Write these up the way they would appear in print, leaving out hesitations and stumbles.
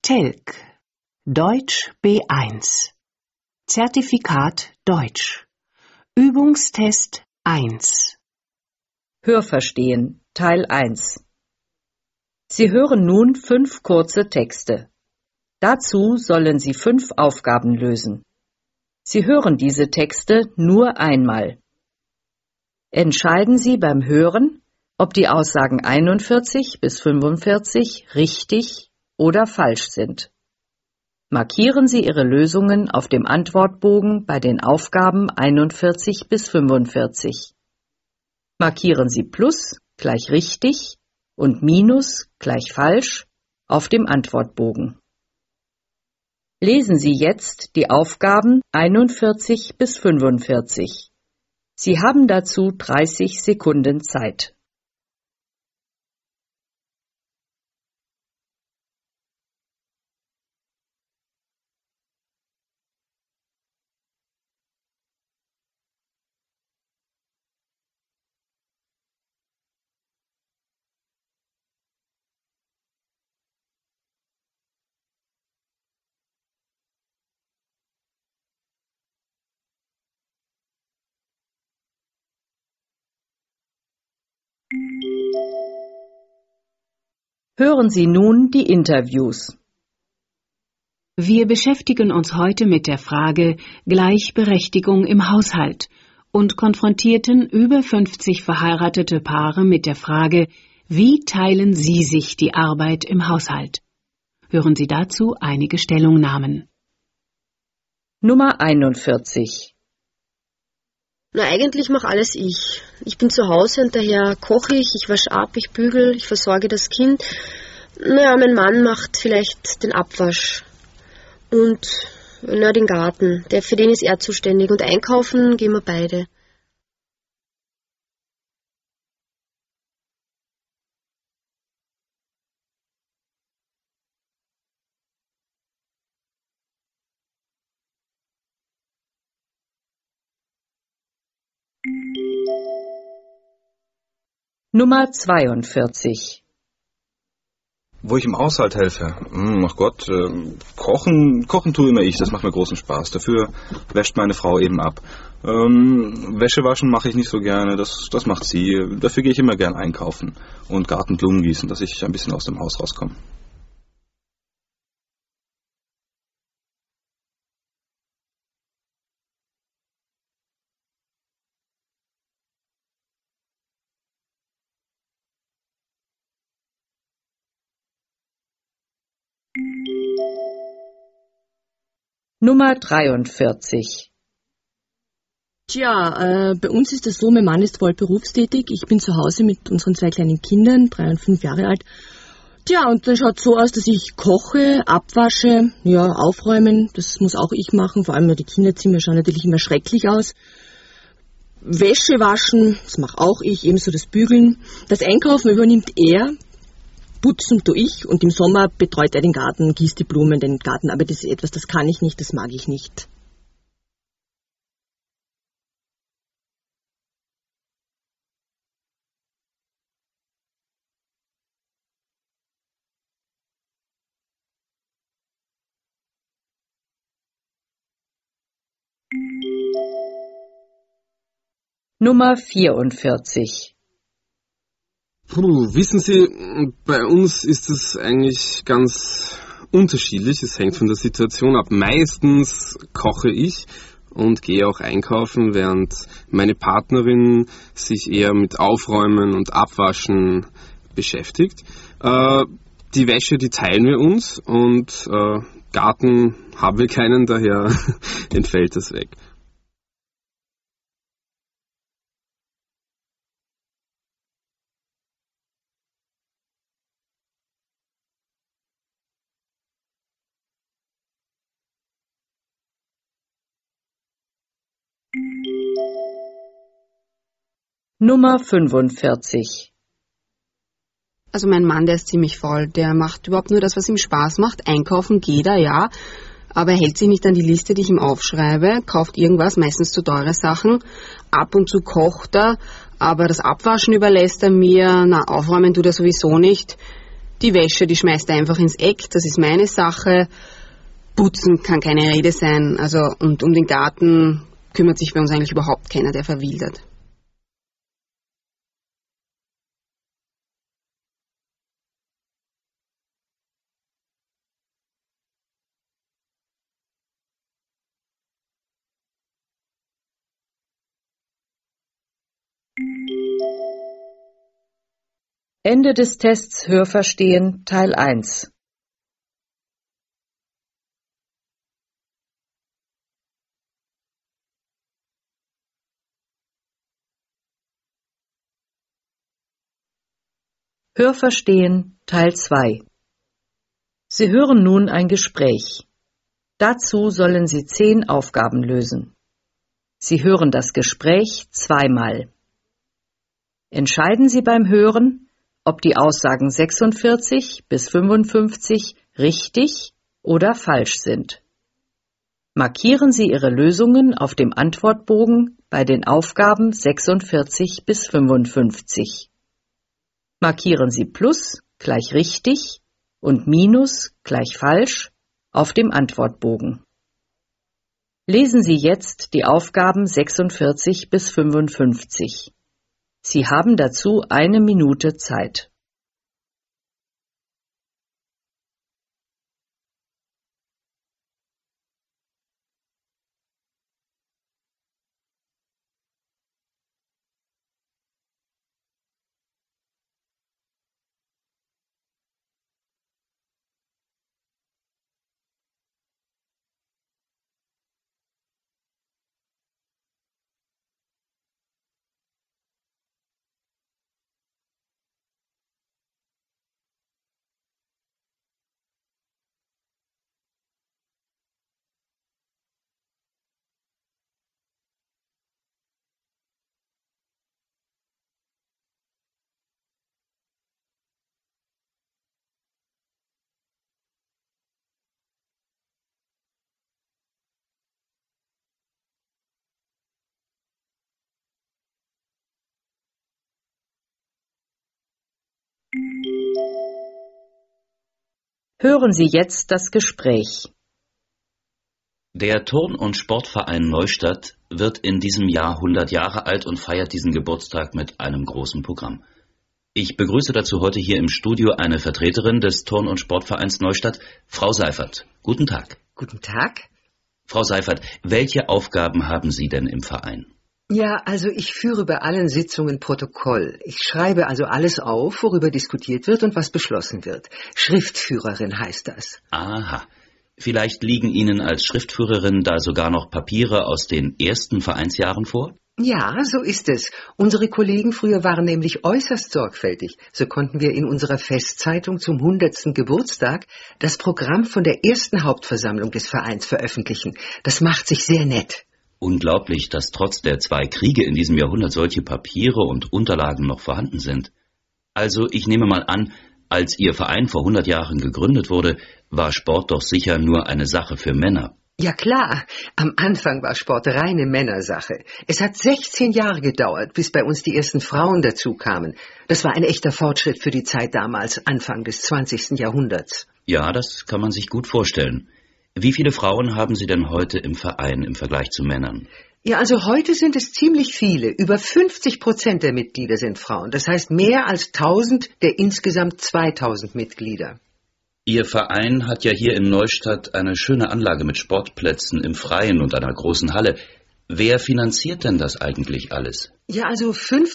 Telk Deutsch B1 Zertifikat Deutsch Übungstest 1 Hörverstehen Teil 1 Sie hören nun 5 kurze Texte. Dazu sollen Sie 5 Aufgaben lösen. Sie hören diese Texte nur einmal. Entscheiden Sie beim Hören, ob die Aussagen 41 bis 45 richtig oder falsch sind. Markieren Sie Ihre Lösungen auf dem Antwortbogen bei den Aufgaben 41 bis 45. Markieren Sie Plus gleich richtig und Minus gleich falsch auf dem Antwortbogen. Lesen Sie jetzt die Aufgaben 41 bis 45. Sie haben dazu 30 Sekunden Zeit. Hören Sie nun die Interviews. Wir beschäftigen uns heute mit der Frage Gleichberechtigung im Haushalt und konfrontierten über 50 verheiratete Paare mit der Frage, wie teilen sie sich die Arbeit im Haushalt? Hören Sie dazu einige Stellungnahmen. Nummer 41. Na, eigentlich mache alles ich. Ich bin zu Hause und daher koche ich wasche ab, ich bügel, ich versorge das Kind. Naja, mein Mann macht vielleicht den Abwasch und den Garten. Für den ist er zuständig und einkaufen gehen wir beide. Nummer 42. Wo ich im Haushalt helfe? Ach Gott, kochen tue immer ich, das macht mir großen Spaß. Dafür wäscht meine Frau eben ab. Wäsche waschen mache ich nicht so gerne, das macht sie. Dafür gehe ich immer gern einkaufen und Gartenblumen gießen, dass ich ein bisschen aus dem Haus rauskomme. Nummer 43. Tja, bei uns ist es so, mein Mann ist voll berufstätig. Ich bin zu Hause mit unseren 2 kleinen Kindern, 3 und 5 Jahre alt. Tja, und dann schaut es so aus, dass ich koche, abwasche, ja, aufräumen, das muss auch ich machen. Vor allem die Kinderzimmer schauen natürlich immer schrecklich aus. Wäsche waschen, das mache auch ich, ebenso das Bügeln. Das Einkaufen übernimmt er. Putzen tue ich und im Sommer betreut er den Garten, gießt die Blumen, den Garten. Aber das ist etwas, das kann ich nicht, das mag ich nicht. Nummer 44. Wissen Sie, bei uns ist es eigentlich ganz unterschiedlich. Es hängt von der Situation ab. Meistens koche ich und gehe auch einkaufen, während meine Partnerin sich eher mit Aufräumen und Abwaschen beschäftigt. Die Wäsche, die teilen wir uns und Garten haben wir keinen, daher entfällt das weg. Nummer 45. Also mein Mann, der ist ziemlich faul. Der macht überhaupt nur das, was ihm Spaß macht. Einkaufen geht er, ja. Aber er hält sich nicht an die Liste, die ich ihm aufschreibe. Kauft irgendwas, meistens zu teure Sachen. Ab und zu kocht er. Aber das Abwaschen überlässt er mir. Na, aufräumen tut er sowieso nicht. Die Wäsche, die schmeißt er einfach ins Eck, das ist meine Sache. Putzen kann keine Rede sein, also und um den Garten kümmert sich bei uns eigentlich überhaupt keiner, der verwildert. Ende des Tests Hörverstehen Teil 1. Hörverstehen Teil 2. Sie hören nun ein Gespräch. Dazu sollen Sie 10 Aufgaben lösen. Sie hören das Gespräch zweimal. Entscheiden Sie beim Hören, ob die Aussagen 46 bis 55 richtig oder falsch sind. Markieren Sie Ihre Lösungen auf dem Antwortbogen bei den Aufgaben 46 bis 55. Markieren Sie Plus gleich richtig und Minus gleich falsch auf dem Antwortbogen. Lesen Sie jetzt die Aufgaben 46 bis 55. Sie haben dazu 1 Minute Zeit. Hören Sie jetzt das Gespräch. Der Turn- und Sportverein Neustadt wird in diesem Jahr 100 Jahre alt und feiert diesen Geburtstag mit einem großen Programm. Ich begrüße dazu heute hier im Studio eine Vertreterin des Turn- und Sportvereins Neustadt, Frau Seifert. Guten Tag. Guten Tag. Frau Seifert, welche Aufgaben haben Sie denn im Verein? Ja, also ich führe bei allen Sitzungen Protokoll. Ich schreibe also alles auf, worüber diskutiert wird und was beschlossen wird. Schriftführerin heißt das. Aha. Vielleicht liegen Ihnen als Schriftführerin da sogar noch Papiere aus den ersten Vereinsjahren vor? Ja, so ist es. Unsere Kollegen früher waren nämlich äußerst sorgfältig. So konnten wir in unserer Festzeitung zum 100. Geburtstag das Programm von der ersten Hauptversammlung des Vereins veröffentlichen. Das macht sich sehr nett. Unglaublich, dass trotz der 2 Kriege in diesem Jahrhundert solche Papiere und Unterlagen noch vorhanden sind. Also ich nehme mal an, als Ihr Verein vor 100 Jahren gegründet wurde, war Sport doch sicher nur eine Sache für Männer. Ja klar, am Anfang war Sport reine Männersache. Es hat 16 Jahre gedauert, bis bei uns die ersten Frauen dazu kamen. Das war ein echter Fortschritt für die Zeit damals, Anfang des 20. Jahrhunderts. Ja, das kann man sich gut vorstellen. Wie viele Frauen haben Sie denn heute im Verein im Vergleich zu Männern? Ja, also heute sind es ziemlich viele. Über 50% der Mitglieder sind Frauen. Das heißt mehr als 1000 der insgesamt 2000 Mitglieder. Ihr Verein hat ja hier in Neustadt eine schöne Anlage mit Sportplätzen im Freien und einer großen Halle. Wer finanziert denn das eigentlich alles? Ja, also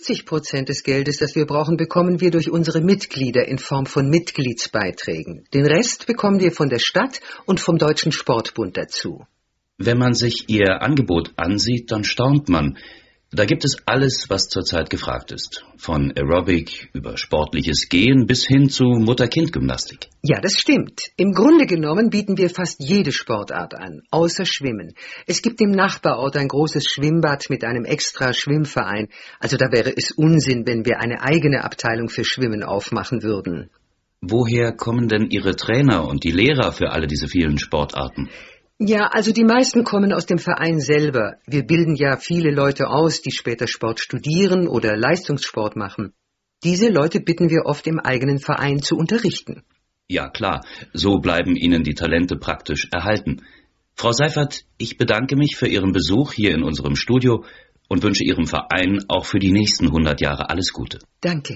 50% des Geldes, das wir brauchen, bekommen wir durch unsere Mitglieder in Form von Mitgliedsbeiträgen. Den Rest bekommen wir von der Stadt und vom Deutschen Sportbund dazu. Wenn man sich Ihr Angebot ansieht, dann staunt man. Da gibt es alles, was zurzeit gefragt ist. Von Aerobic über sportliches Gehen bis hin zu Mutter-Kind-Gymnastik. Ja, das stimmt. Im Grunde genommen bieten wir fast jede Sportart an, außer Schwimmen. Es gibt im Nachbarort ein großes Schwimmbad mit einem extra Schwimmverein. Also da wäre es Unsinn, wenn wir eine eigene Abteilung für Schwimmen aufmachen würden. Woher kommen denn Ihre Trainer und die Lehrer für alle diese vielen Sportarten? Ja, also die meisten kommen aus dem Verein selber. Wir bilden ja viele Leute aus, die später Sport studieren oder Leistungssport machen. Diese Leute bitten wir oft im eigenen Verein zu unterrichten. Ja klar, so bleiben Ihnen die Talente praktisch erhalten. Frau Seifert, ich bedanke mich für Ihren Besuch hier in unserem Studio und wünsche Ihrem Verein auch für die nächsten 100 Jahre alles Gute. Danke.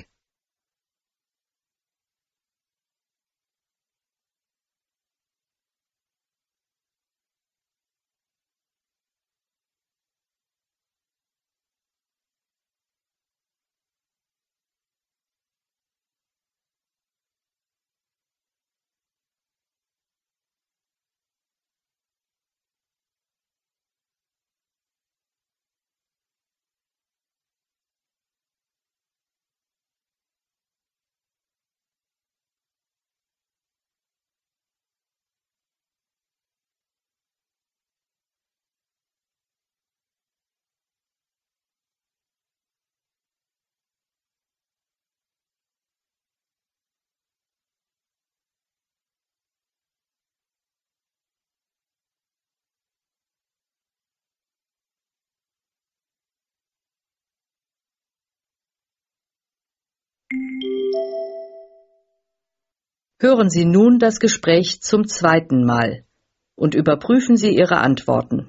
Hören Sie nun das Gespräch zum zweiten Mal und überprüfen Sie Ihre Antworten.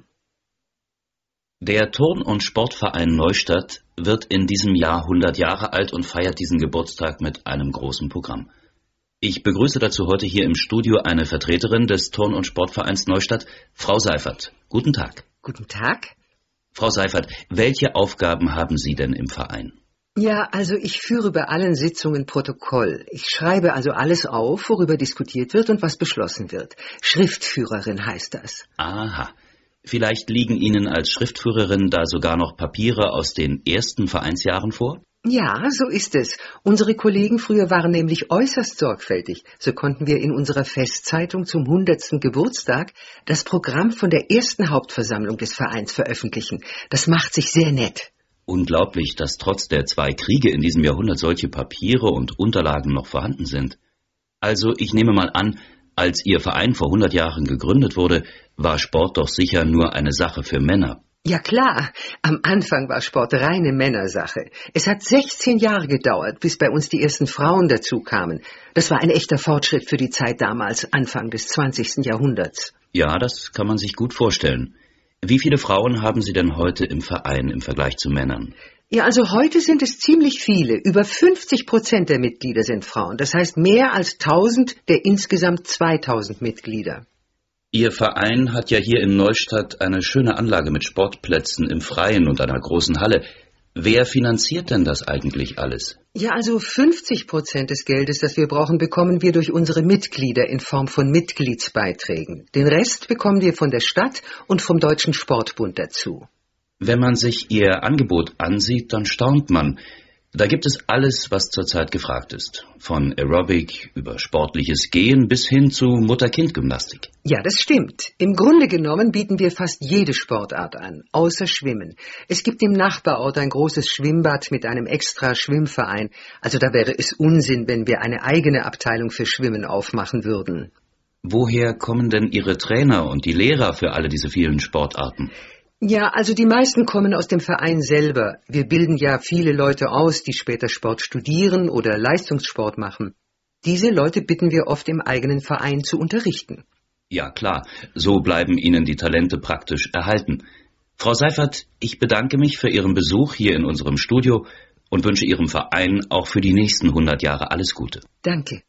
Der Turn- und Sportverein Neustadt wird in diesem Jahr 100 Jahre alt und feiert diesen Geburtstag mit einem großen Programm. Ich begrüße dazu heute hier im Studio eine Vertreterin des Turn- und Sportvereins Neustadt, Frau Seifert. Guten Tag. Guten Tag. Frau Seifert, welche Aufgaben haben Sie denn im Verein? Ja, also ich führe bei allen Sitzungen Protokoll. Ich schreibe also alles auf, worüber diskutiert wird und was beschlossen wird. Schriftführerin heißt das. Aha. Vielleicht liegen Ihnen als Schriftführerin da sogar noch Papiere aus den ersten Vereinsjahren vor? Ja, so ist es. Unsere Kollegen früher waren nämlich äußerst sorgfältig. So konnten wir in unserer Festzeitung zum 100. Geburtstag das Programm von der ersten Hauptversammlung des Vereins veröffentlichen. Das macht sich sehr nett. Unglaublich, dass trotz der 2 Kriege in diesem Jahrhundert solche Papiere und Unterlagen noch vorhanden sind. Also ich nehme mal an, als Ihr Verein vor 100 Jahren gegründet wurde, war Sport doch sicher nur eine Sache für Männer. Ja klar, am Anfang war Sport reine Männersache. Es hat 16 Jahre gedauert, bis bei uns die ersten Frauen dazu kamen. Das war ein echter Fortschritt für die Zeit damals, Anfang des 20. Jahrhunderts. Ja, das kann man sich gut vorstellen. Wie viele Frauen haben Sie denn heute im Verein im Vergleich zu Männern? Ja, also heute sind es ziemlich viele. Über 50% der Mitglieder sind Frauen. Das heißt mehr als 1000 der insgesamt 2000 Mitglieder. Ihr Verein hat ja hier in Neustadt eine schöne Anlage mit Sportplätzen im Freien und einer großen Halle. Wer finanziert denn das eigentlich alles? Ja, also 50% des Geldes, das wir brauchen, bekommen wir durch unsere Mitglieder in Form von Mitgliedsbeiträgen. Den Rest bekommen wir von der Stadt und vom Deutschen Sportbund dazu. Wenn man sich Ihr Angebot ansieht, dann staunt man. Da gibt es alles, was zurzeit gefragt ist. Von Aerobic über sportliches Gehen bis hin zu Mutter-Kind-Gymnastik. Ja, das stimmt. Im Grunde genommen bieten wir fast jede Sportart an, außer Schwimmen. Es gibt im Nachbarort ein großes Schwimmbad mit einem extra Schwimmverein. Also da wäre es Unsinn, wenn wir eine eigene Abteilung für Schwimmen aufmachen würden. Woher kommen denn Ihre Trainer und die Lehrer für alle diese vielen Sportarten? Ja, also die meisten kommen aus dem Verein selber. Wir bilden ja viele Leute aus, die später Sport studieren oder Leistungssport machen. Diese Leute bitten wir oft im eigenen Verein zu unterrichten. Ja klar, so bleiben Ihnen die Talente praktisch erhalten. Frau Seifert, ich bedanke mich für Ihren Besuch hier in unserem Studio und wünsche Ihrem Verein auch für die nächsten 100 Jahre alles Gute. Danke.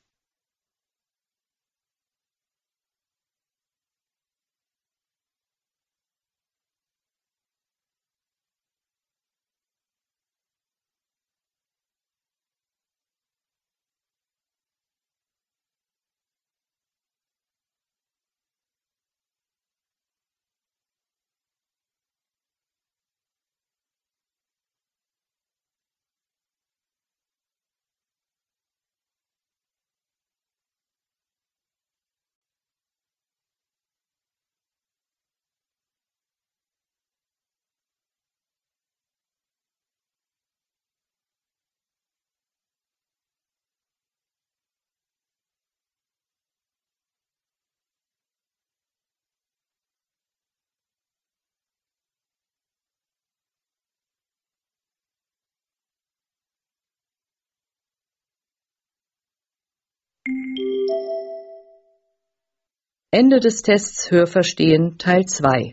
Ende des Tests Hörverstehen Teil 2.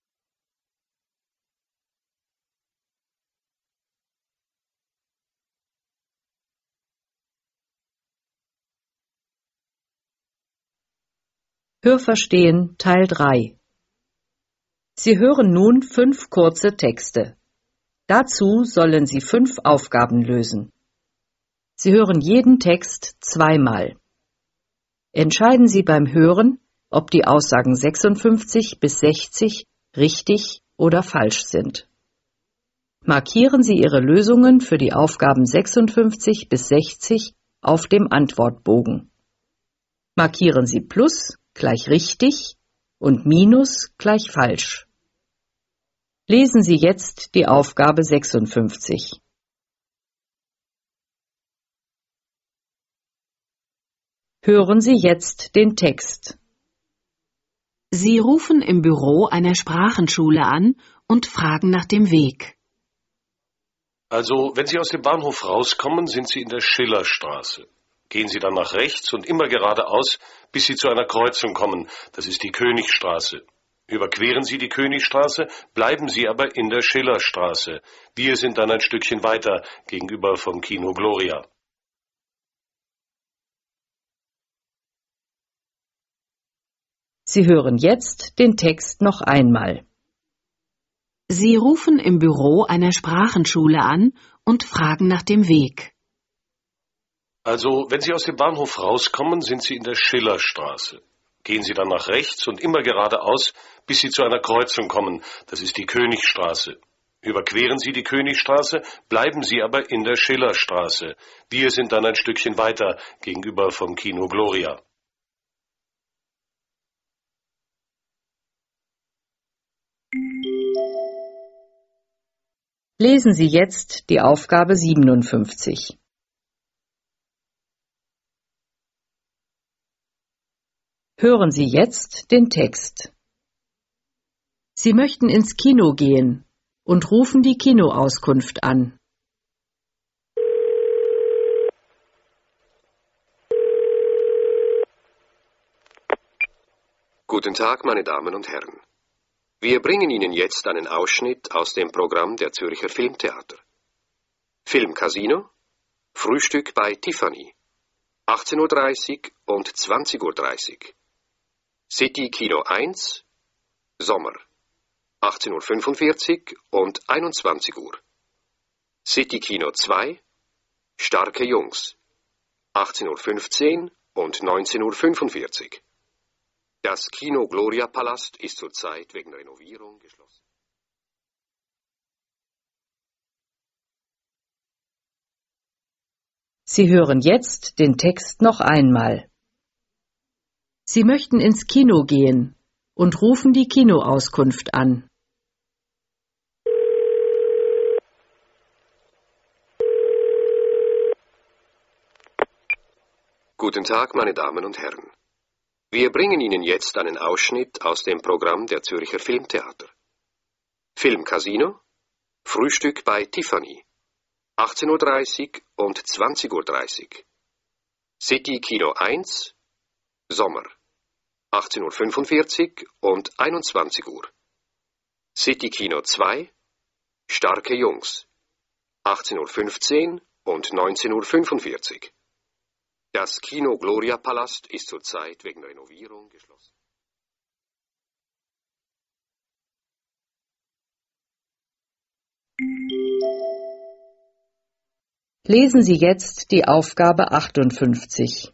Hörverstehen Teil 3. Sie hören nun 5 kurze Texte. Dazu sollen Sie 5 Aufgaben lösen. Sie hören jeden Text zweimal. Entscheiden Sie beim Hören, ob die Aussagen 56 bis 60 richtig oder falsch sind. Markieren Sie Ihre Lösungen für die Aufgaben 56 bis 60 auf dem Antwortbogen. Markieren Sie Plus gleich richtig und Minus gleich falsch. Lesen Sie jetzt die Aufgabe 56. Hören Sie jetzt den Text. Sie rufen im Büro einer Sprachenschule an und fragen nach dem Weg. Also, wenn Sie aus dem Bahnhof rauskommen, sind Sie in der Schillerstraße. Gehen Sie dann nach rechts und immer geradeaus, bis Sie zu einer Kreuzung kommen. Das ist die Königstraße. Überqueren Sie die Königstraße, bleiben Sie aber in der Schillerstraße. Wir sind dann ein Stückchen weiter, gegenüber vom Kino Gloria. Sie hören jetzt den Text noch einmal. Sie rufen im Büro einer Sprachenschule an und fragen nach dem Weg. Also, wenn Sie aus dem Bahnhof rauskommen, sind Sie in der Schillerstraße. Gehen Sie dann nach rechts und immer geradeaus, bis Sie zu einer Kreuzung kommen. Das ist die Königstraße. Überqueren Sie die Königstraße, bleiben Sie aber in der Schillerstraße. Wir sind dann ein Stückchen weiter, gegenüber vom Kino Gloria. Lesen Sie jetzt die Aufgabe 57. Hören Sie jetzt den Text. Sie möchten ins Kino gehen und rufen die Kinoauskunft an. Guten Tag, meine Damen und Herren. Wir bringen Ihnen jetzt einen Ausschnitt aus dem Programm der Zürcher Filmtheater. Filmcasino, Frühstück bei Tiffany, 18:30 Uhr und 20:30 Uhr. City Kino 1, Sommer, 18:45 Uhr und 21 Uhr. City Kino 2, Starke Jungs, 18:15 Uhr und 19:45 Uhr. Das Kino Gloria Palast ist zurzeit wegen Renovierung geschlossen. Sie hören jetzt den Text noch einmal. Sie möchten ins Kino gehen und rufen die Kinoauskunft an. Guten Tag, meine Damen und Herren. Wir bringen Ihnen jetzt einen Ausschnitt aus dem Programm der Zürcher Filmtheater. Filmcasino, Frühstück bei Tiffany, 18:30 Uhr und 20:30 Uhr. City Kino 1, Sommer, 18:45 Uhr und 21 Uhr. City Kino 2, Starke Jungs, 18:15 Uhr und 19:45 Uhr. Das Kino Gloria Palast ist zurzeit wegen Renovierung geschlossen. Lesen Sie jetzt die Aufgabe 58.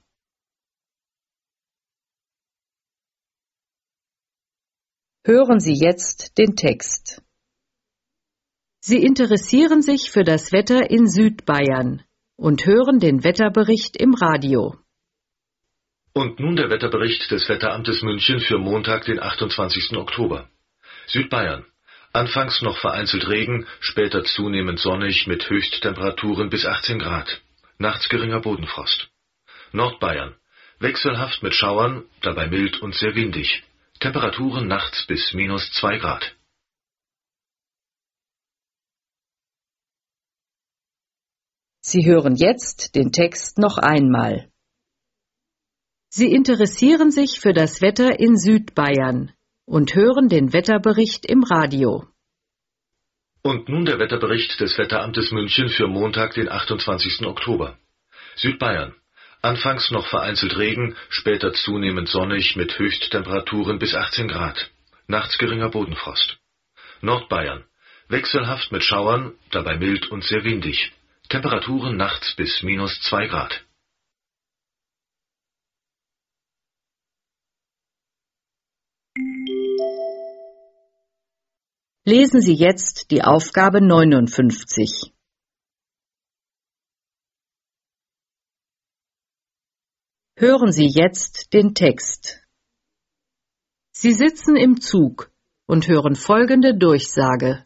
Hören Sie jetzt den Text. Sie interessieren sich für das Wetter in Südbayern und hören den Wetterbericht im Radio. Und nun der Wetterbericht des Wetteramtes München für Montag, den 28. Oktober. Südbayern. Anfangs noch vereinzelt Regen, später zunehmend sonnig mit Höchsttemperaturen bis 18 Grad. Nachts geringer Bodenfrost. Nordbayern. Wechselhaft mit Schauern, dabei mild und sehr windig. Temperaturen nachts bis -2 Grad. Sie hören jetzt den Text noch einmal. Sie interessieren sich für das Wetter in Südbayern und hören den Wetterbericht im Radio. Und nun der Wetterbericht des Wetteramtes München für Montag, den 28. Oktober. Südbayern. Anfangs noch vereinzelt Regen, später zunehmend sonnig mit Höchsttemperaturen bis 18 Grad. Nachts geringer Bodenfrost. Nordbayern. Wechselhaft mit Schauern, dabei mild und sehr windig. Temperaturen nachts bis -2 Grad. Lesen Sie jetzt die Aufgabe 59. Hören Sie jetzt den Text. Sie sitzen im Zug und hören folgende Durchsage.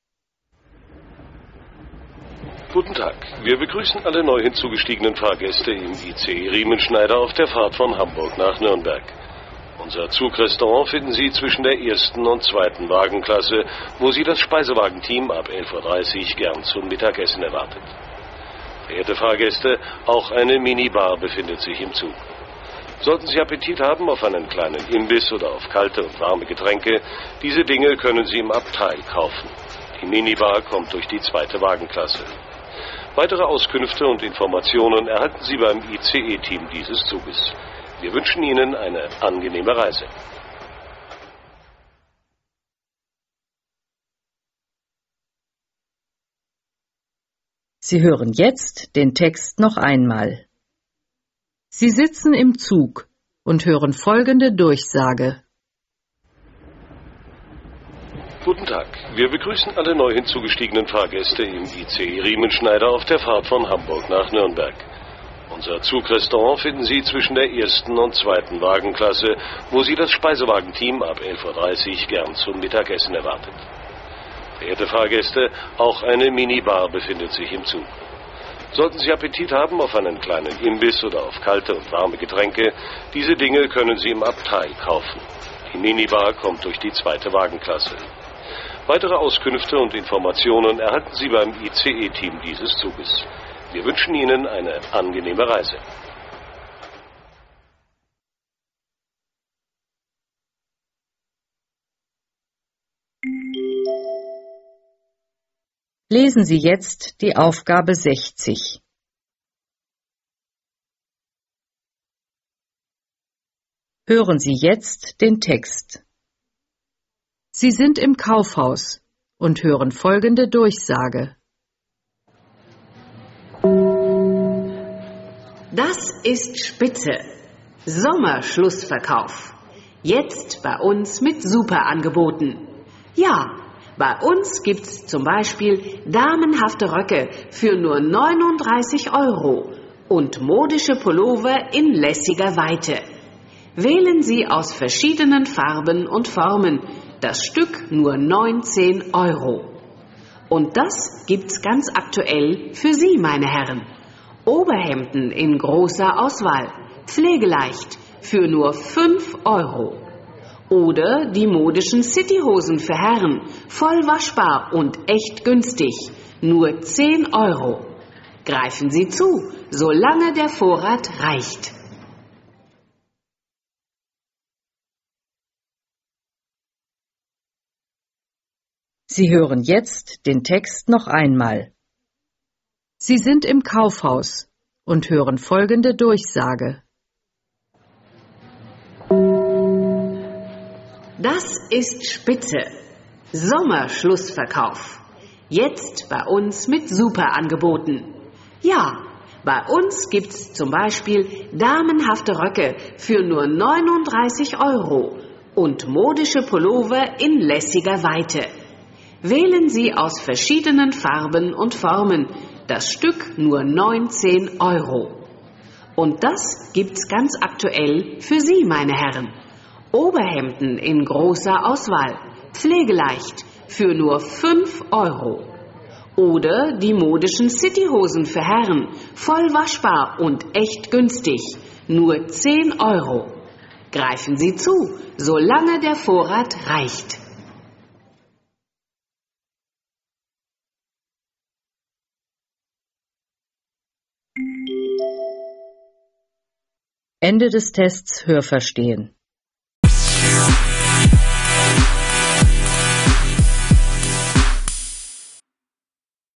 Guten Tag. Wir begrüßen alle neu hinzugestiegenen Fahrgäste im ICE Riemenschneider auf der Fahrt von Hamburg nach Nürnberg. Unser Zugrestaurant finden Sie zwischen der ersten und zweiten Wagenklasse, wo Sie das Speisewagenteam ab 11:30 Uhr gern zum Mittagessen erwartet. Verehrte Fahrgäste, auch eine Minibar befindet sich im Zug. Sollten Sie Appetit haben auf einen kleinen Imbiss oder auf kalte und warme Getränke, diese Dinge können Sie im Abteil kaufen. Die Minibar kommt durch die zweite Wagenklasse. Weitere Auskünfte und Informationen erhalten Sie beim ICE-Team dieses Zuges. Wir wünschen Ihnen eine angenehme Reise. Sie hören jetzt den Text noch einmal. Sie sitzen im Zug und hören folgende Durchsage. Guten Tag. Wir begrüßen alle neu hinzugestiegenen Fahrgäste im ICE Riemenschneider auf der Fahrt von Hamburg nach Nürnberg. Unser Zugrestaurant finden Sie zwischen der ersten und zweiten Wagenklasse, wo Sie das Speisewagenteam ab 11:30 Uhr gern zum Mittagessen erwartet. Verehrte Fahrgäste, auch eine Minibar befindet sich im Zug. Sollten Sie Appetit haben auf einen kleinen Imbiss oder auf kalte und warme Getränke, diese Dinge können Sie im Abteil kaufen. Die Minibar kommt durch die zweite Wagenklasse. Weitere Auskünfte und Informationen erhalten Sie beim ICE-Team dieses Zuges. Wir wünschen Ihnen eine angenehme Reise. Lesen Sie jetzt die Aufgabe 60. Hören Sie jetzt den Text. Sie sind im Kaufhaus und hören folgende Durchsage. Das ist Spitze. Sommerschlussverkauf. Jetzt bei uns mit Superangeboten. Ja, bei uns gibt's zum Beispiel damenhafte Röcke für nur 39 € und modische Pullover in lässiger Weite. Wählen Sie aus verschiedenen Farben und Formen. Das Stück nur 19 €. Und das gibt's ganz aktuell für Sie, meine Herren. Oberhemden in großer Auswahl, pflegeleicht, für nur 5 €. Oder die modischen Cityhosen für Herren, voll waschbar und echt günstig, nur 10 €. Greifen Sie zu, solange der Vorrat reicht. Sie hören jetzt den Text noch einmal. Sie sind im Kaufhaus und hören folgende Durchsage. Das ist Spitze. Sommerschlussverkauf. Jetzt bei uns mit Superangeboten. Ja, bei uns gibt's zum Beispiel damenhafte Röcke für nur 39 € und modische Pullover in lässiger Weite. Wählen Sie aus verschiedenen Farben und Formen. Das Stück nur 19 €. Und das gibt's ganz aktuell für Sie, meine Herren. Oberhemden in großer Auswahl, pflegeleicht, für nur 5 €. Oder die modischen Cityhosen für Herren, voll waschbar und echt günstig, nur 10 €. Greifen Sie zu, solange der Vorrat reicht. Ende des Tests Hörverstehen.